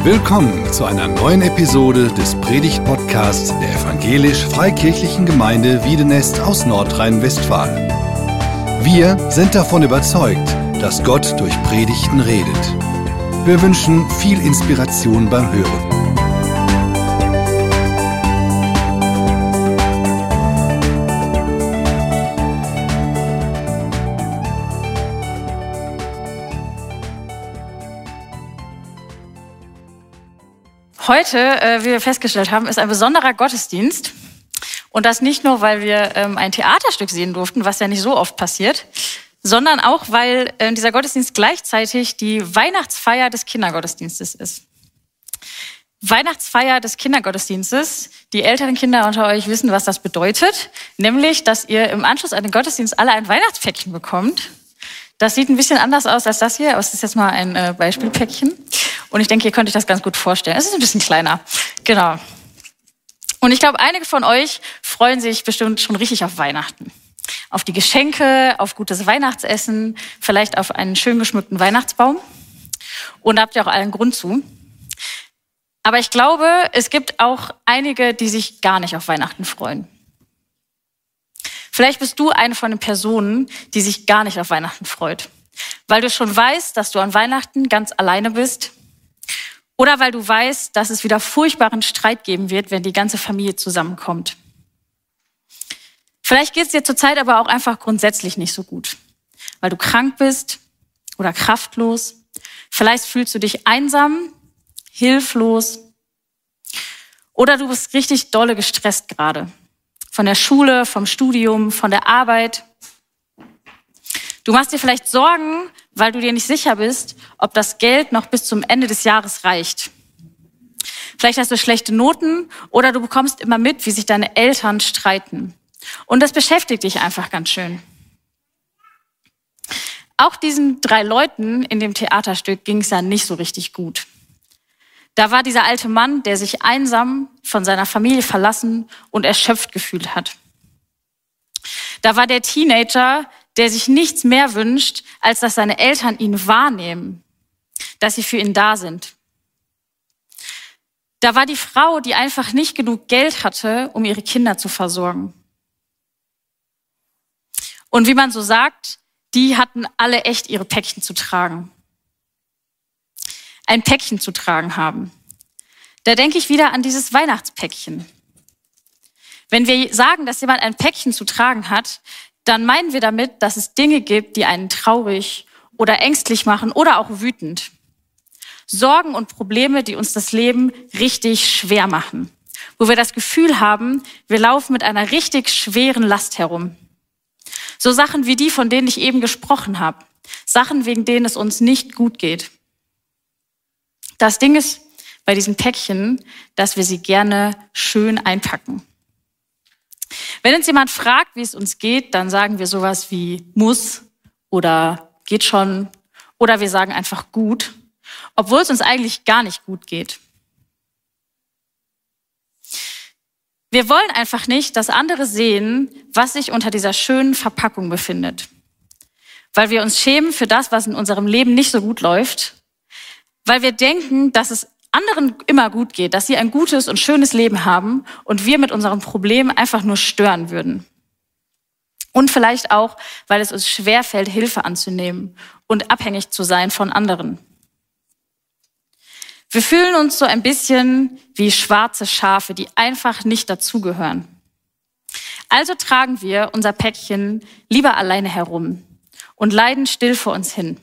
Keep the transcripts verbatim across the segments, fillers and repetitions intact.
Willkommen zu einer neuen Episode des Predigt-Podcasts der Evangelisch-Freikirchlichen Gemeinde Wiedenest aus Nordrhein-Westfalen. Wir sind davon überzeugt, dass Gott durch Predigten redet. Wir wünschen viel Inspiration beim Hören. Heute, äh, wie wir festgestellt haben, ist ein besonderer Gottesdienst. Und das nicht nur, weil wir ähm, ein Theaterstück sehen durften, was ja nicht so oft passiert, sondern auch, weil äh, dieser Gottesdienst gleichzeitig die Weihnachtsfeier des Kindergottesdienstes ist. Weihnachtsfeier des Kindergottesdienstes. Die älteren Kinder unter euch wissen, was das bedeutet. Nämlich, dass ihr im Anschluss an den Gottesdienst alle ein Weihnachtspäckchen bekommt. Das sieht ein bisschen anders aus als das hier, aber es ist jetzt mal ein äh, Beispielpäckchen. Und ich denke, ihr könnt euch das ganz gut vorstellen. Es ist ein bisschen kleiner. Genau. Und ich glaube, einige von euch freuen sich bestimmt schon richtig auf Weihnachten. Auf die Geschenke, auf gutes Weihnachtsessen, vielleicht auf einen schön geschmückten Weihnachtsbaum. Und da habt ihr auch allen Grund zu. Aber ich glaube, es gibt auch einige, die sich gar nicht auf Weihnachten freuen. Vielleicht bist du eine von den Personen, die sich gar nicht auf Weihnachten freut. Weil du schon weißt, dass du an Weihnachten ganz alleine bist. Oder weil du weißt, dass es wieder furchtbaren Streit geben wird, wenn die ganze Familie zusammenkommt. Vielleicht geht es dir zurzeit aber auch einfach grundsätzlich nicht so gut. Weil du krank bist oder kraftlos. Vielleicht fühlst du dich einsam, hilflos. Oder du bist richtig dolle gestresst gerade. Von der Schule, vom Studium, von der Arbeit. Du machst dir vielleicht Sorgen, weil du dir nicht sicher bist, ob das Geld noch bis zum Ende des Jahres reicht. Vielleicht hast du schlechte Noten oder du bekommst immer mit, wie sich deine Eltern streiten. Und das beschäftigt dich einfach ganz schön. Auch diesen drei Leuten in dem Theaterstück ging es ja nicht so richtig gut. Da war dieser alte Mann, der sich einsam von seiner Familie verlassen und erschöpft gefühlt hat. Da war der Teenager, der sich nichts mehr wünscht, als dass seine Eltern ihn wahrnehmen, dass sie für ihn da sind. Da war die Frau, die einfach nicht genug Geld hatte, um ihre Kinder zu versorgen. Und wie man so sagt, die hatten alle echt ihre Päckchen zu tragen. Ein Päckchen zu tragen haben. Da denke ich wieder an dieses Weihnachtspäckchen. Wenn wir sagen, dass jemand ein Päckchen zu tragen hat, dann meinen wir damit, dass es Dinge gibt, die einen traurig oder ängstlich machen oder auch wütend. Sorgen und Probleme, die uns das Leben richtig schwer machen. Wo wir das Gefühl haben, wir laufen mit einer richtig schweren Last herum. So Sachen wie die, von denen ich eben gesprochen habe. Sachen, wegen denen es uns nicht gut geht. Das Ding ist bei diesen Päckchen, dass wir sie gerne schön einpacken. Wenn uns jemand fragt, wie es uns geht, dann sagen wir sowas wie muss oder geht schon oder wir sagen einfach gut, obwohl es uns eigentlich gar nicht gut geht. Wir wollen einfach nicht, dass andere sehen, was sich unter dieser schönen Verpackung befindet. Weil wir uns schämen für das, was in unserem Leben nicht so gut läuft. Weil wir denken, dass es anderen immer gut geht, dass sie ein gutes und schönes Leben haben und wir mit unseren Problemen einfach nur stören würden. Und vielleicht auch, weil es uns schwerfällt, Hilfe anzunehmen und abhängig zu sein von anderen. Wir fühlen uns so ein bisschen wie schwarze Schafe, die einfach nicht dazugehören. Also tragen wir unser Päckchen lieber alleine herum und leiden still vor uns hin.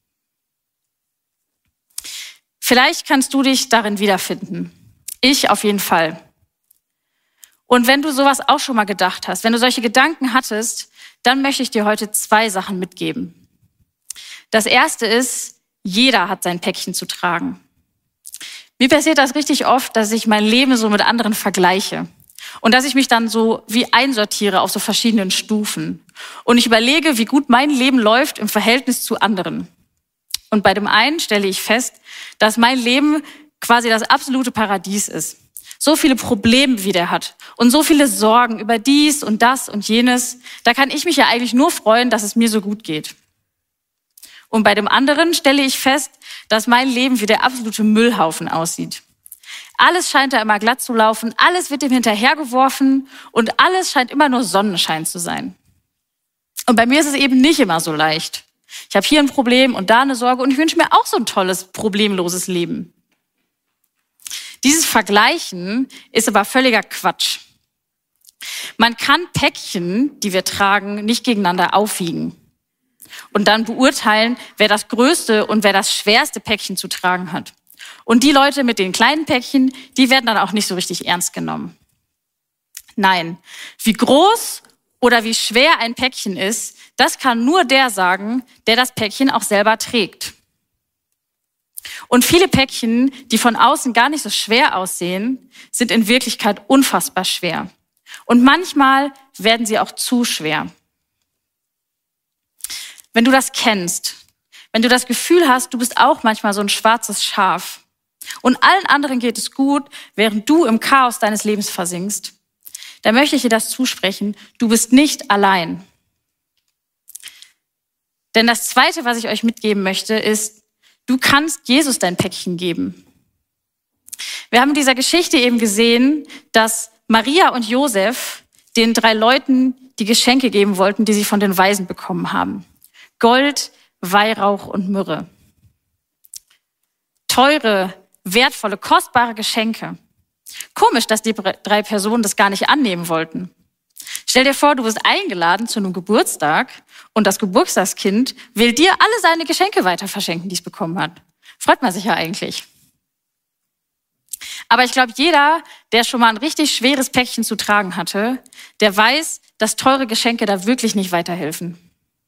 Vielleicht kannst du dich darin wiederfinden. Ich auf jeden Fall. Und wenn du sowas auch schon mal gedacht hast, wenn du solche Gedanken hattest, dann möchte ich dir heute zwei Sachen mitgeben. Das erste ist, jeder hat sein Päckchen zu tragen. Mir passiert das richtig oft, dass ich mein Leben so mit anderen vergleiche. Und dass ich mich dann so wie einsortiere auf so verschiedenen Stufen. Und ich überlege, wie gut mein Leben läuft im Verhältnis zu anderen. Und bei dem einen stelle ich fest, dass mein Leben quasi das absolute Paradies ist. So viele Probleme, wie der hat und so viele Sorgen über dies und das und jenes. Da kann ich mich ja eigentlich nur freuen, dass es mir so gut geht. Und bei dem anderen stelle ich fest, dass mein Leben wie der absolute Müllhaufen aussieht. Alles scheint da immer glatt zu laufen, alles wird ihm hinterhergeworfen und alles scheint immer nur Sonnenschein zu sein. Und bei mir ist es eben nicht immer so leicht. Ich habe hier ein Problem und da eine Sorge und ich wünsche mir auch so ein tolles, problemloses Leben. Dieses Vergleichen ist aber völliger Quatsch. Man kann Päckchen, die wir tragen, nicht gegeneinander aufwiegen und dann beurteilen, wer das größte und wer das schwerste Päckchen zu tragen hat. Und die Leute mit den kleinen Päckchen, die werden dann auch nicht so richtig ernst genommen. Nein, wie groß oder wie schwer ein Päckchen ist, das kann nur der sagen, der das Päckchen auch selber trägt. Und viele Päckchen, die von außen gar nicht so schwer aussehen, sind in Wirklichkeit unfassbar schwer. Und manchmal werden sie auch zu schwer. Wenn du das kennst, wenn du das Gefühl hast, du bist auch manchmal so ein schwarzes Schaf und allen anderen geht es gut, während du im Chaos deines Lebens versinkst, dann möchte ich dir das zusprechen, du bist nicht allein. Denn das Zweite, was ich euch mitgeben möchte, ist, du kannst Jesus dein Päckchen geben. Wir haben in dieser Geschichte eben gesehen, dass Maria und Josef den drei Leuten die Geschenke geben wollten, die sie von den Weisen bekommen haben. Gold, Weihrauch und Myrrhe. Teure, wertvolle, kostbare Geschenke. Komisch, dass die drei Personen das gar nicht annehmen wollten. Stell dir vor, du wirst eingeladen zu einem Geburtstag und das Geburtstagskind will dir alle seine Geschenke weiter verschenken, die es bekommen hat. Freut man sich ja eigentlich. Aber ich glaube, jeder, der schon mal ein richtig schweres Päckchen zu tragen hatte, der weiß, dass teure Geschenke da wirklich nicht weiterhelfen.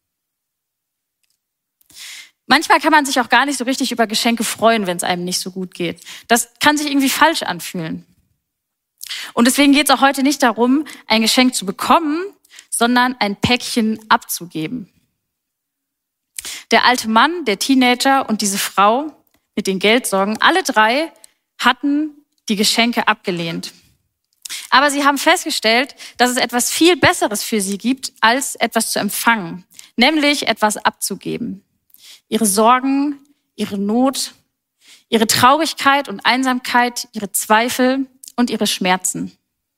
Manchmal kann man sich auch gar nicht so richtig über Geschenke freuen, wenn es einem nicht so gut geht. Das kann sich irgendwie falsch anfühlen. Und deswegen geht es auch heute nicht darum, ein Geschenk zu bekommen, sondern ein Päckchen abzugeben. Der alte Mann, der Teenager und diese Frau mit den Geldsorgen, alle drei hatten die Geschenke abgelehnt. Aber sie haben festgestellt, dass es etwas viel Besseres für sie gibt, als etwas zu empfangen, nämlich etwas abzugeben. Ihre Sorgen, ihre Not, ihre Traurigkeit und Einsamkeit, ihre Zweifel und ihre Schmerzen.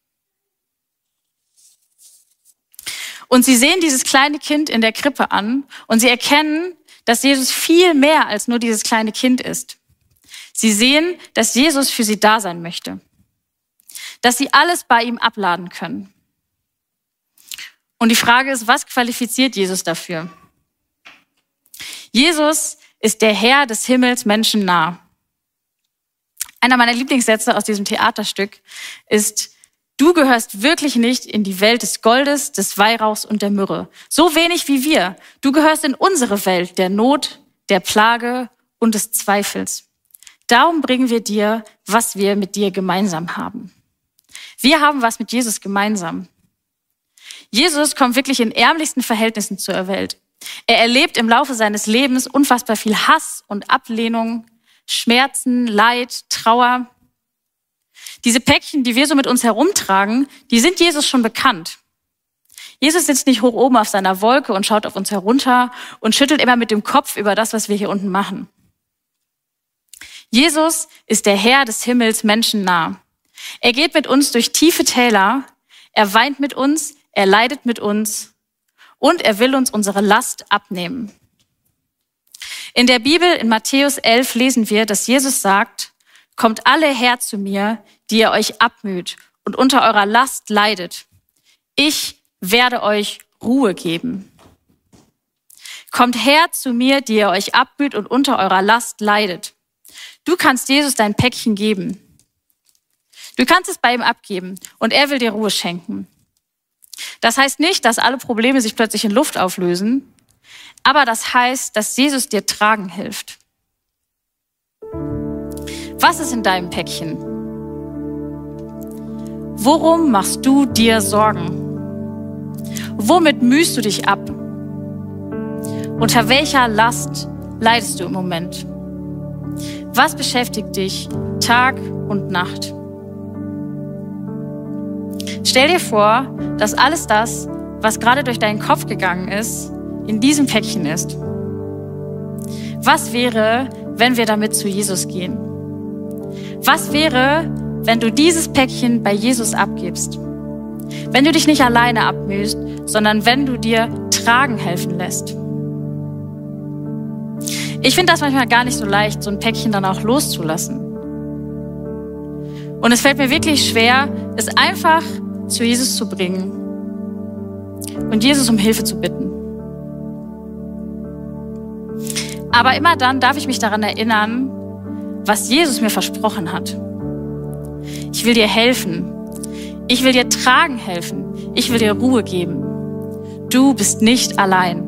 Und sie sehen dieses kleine Kind in der Krippe an und sie erkennen, dass Jesus viel mehr als nur dieses kleine Kind ist. Sie sehen, dass Jesus für sie da sein möchte, dass sie alles bei ihm abladen können. Und die Frage ist, was qualifiziert Jesus dafür? Jesus ist der Herr des Himmels Menschen nah. Einer meiner Lieblingssätze aus diesem Theaterstück ist, du gehörst wirklich nicht in die Welt des Goldes, des Weihrauchs und der Myrrhe. So wenig wie wir. Du gehörst in unsere Welt der Not, der Plage und des Zweifels. Darum bringen wir dir, was wir mit dir gemeinsam haben. Wir haben was mit Jesus gemeinsam. Jesus kommt wirklich in ärmlichsten Verhältnissen zur Welt. Er erlebt im Laufe seines Lebens unfassbar viel Hass und Ablehnung, Schmerzen, Leid, Trauer. Diese Päckchen, die wir so mit uns herumtragen, die sind Jesus schon bekannt. Jesus sitzt nicht hoch oben auf seiner Wolke und schaut auf uns herunter und schüttelt immer mit dem Kopf über das, was wir hier unten machen. Jesus ist der Herr des Himmels Menschen nah. Er geht mit uns durch tiefe Täler, er weint mit uns, er leidet mit uns und er will uns unsere Last abnehmen. In der Bibel in Matthäus elf lesen wir, dass Jesus sagt, kommt alle her zu mir, die ihr euch abmüht und unter eurer Last leidet. Ich werde euch Ruhe geben. Kommt her zu mir, die ihr euch abmüht und unter eurer Last leidet. Du kannst Jesus dein Päckchen geben. Du kannst es bei ihm abgeben und er will dir Ruhe schenken. Das heißt nicht, dass alle Probleme sich plötzlich in Luft auflösen, aber das heißt, dass Jesus dir tragen hilft. Was ist in deinem Päckchen? Worum machst du dir Sorgen? Womit mühst du dich ab? Unter welcher Last leidest du im Moment? Was beschäftigt dich Tag und Nacht? Stell dir vor, dass alles das, was gerade durch deinen Kopf gegangen ist, in diesem Päckchen ist. Was wäre, wenn wir damit zu Jesus gehen? Was wäre, wenn du dieses Päckchen bei Jesus abgibst? Wenn du dich nicht alleine abmühst, sondern wenn du dir tragen helfen lässt. Ich finde das manchmal gar nicht so leicht, so ein Päckchen dann auch loszulassen. Und es fällt mir wirklich schwer, es einfach zu Jesus zu bringen und Jesus um Hilfe zu bitten. Aber immer dann darf ich mich daran erinnern, was Jesus mir versprochen hat. Ich will dir helfen. Ich will dir tragen helfen. Ich will dir Ruhe geben. Du bist nicht allein.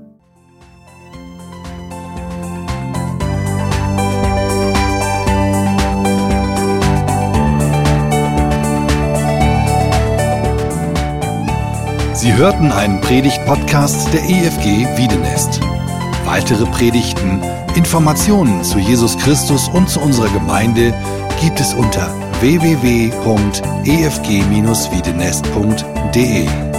Sie hörten einen Predigt-Podcast der E F G Wiedenest. Weitere Predigten, Informationen zu Jesus Christus und zu unserer Gemeinde gibt es unter w w w punkt e f g dash wiedenest punkt d e.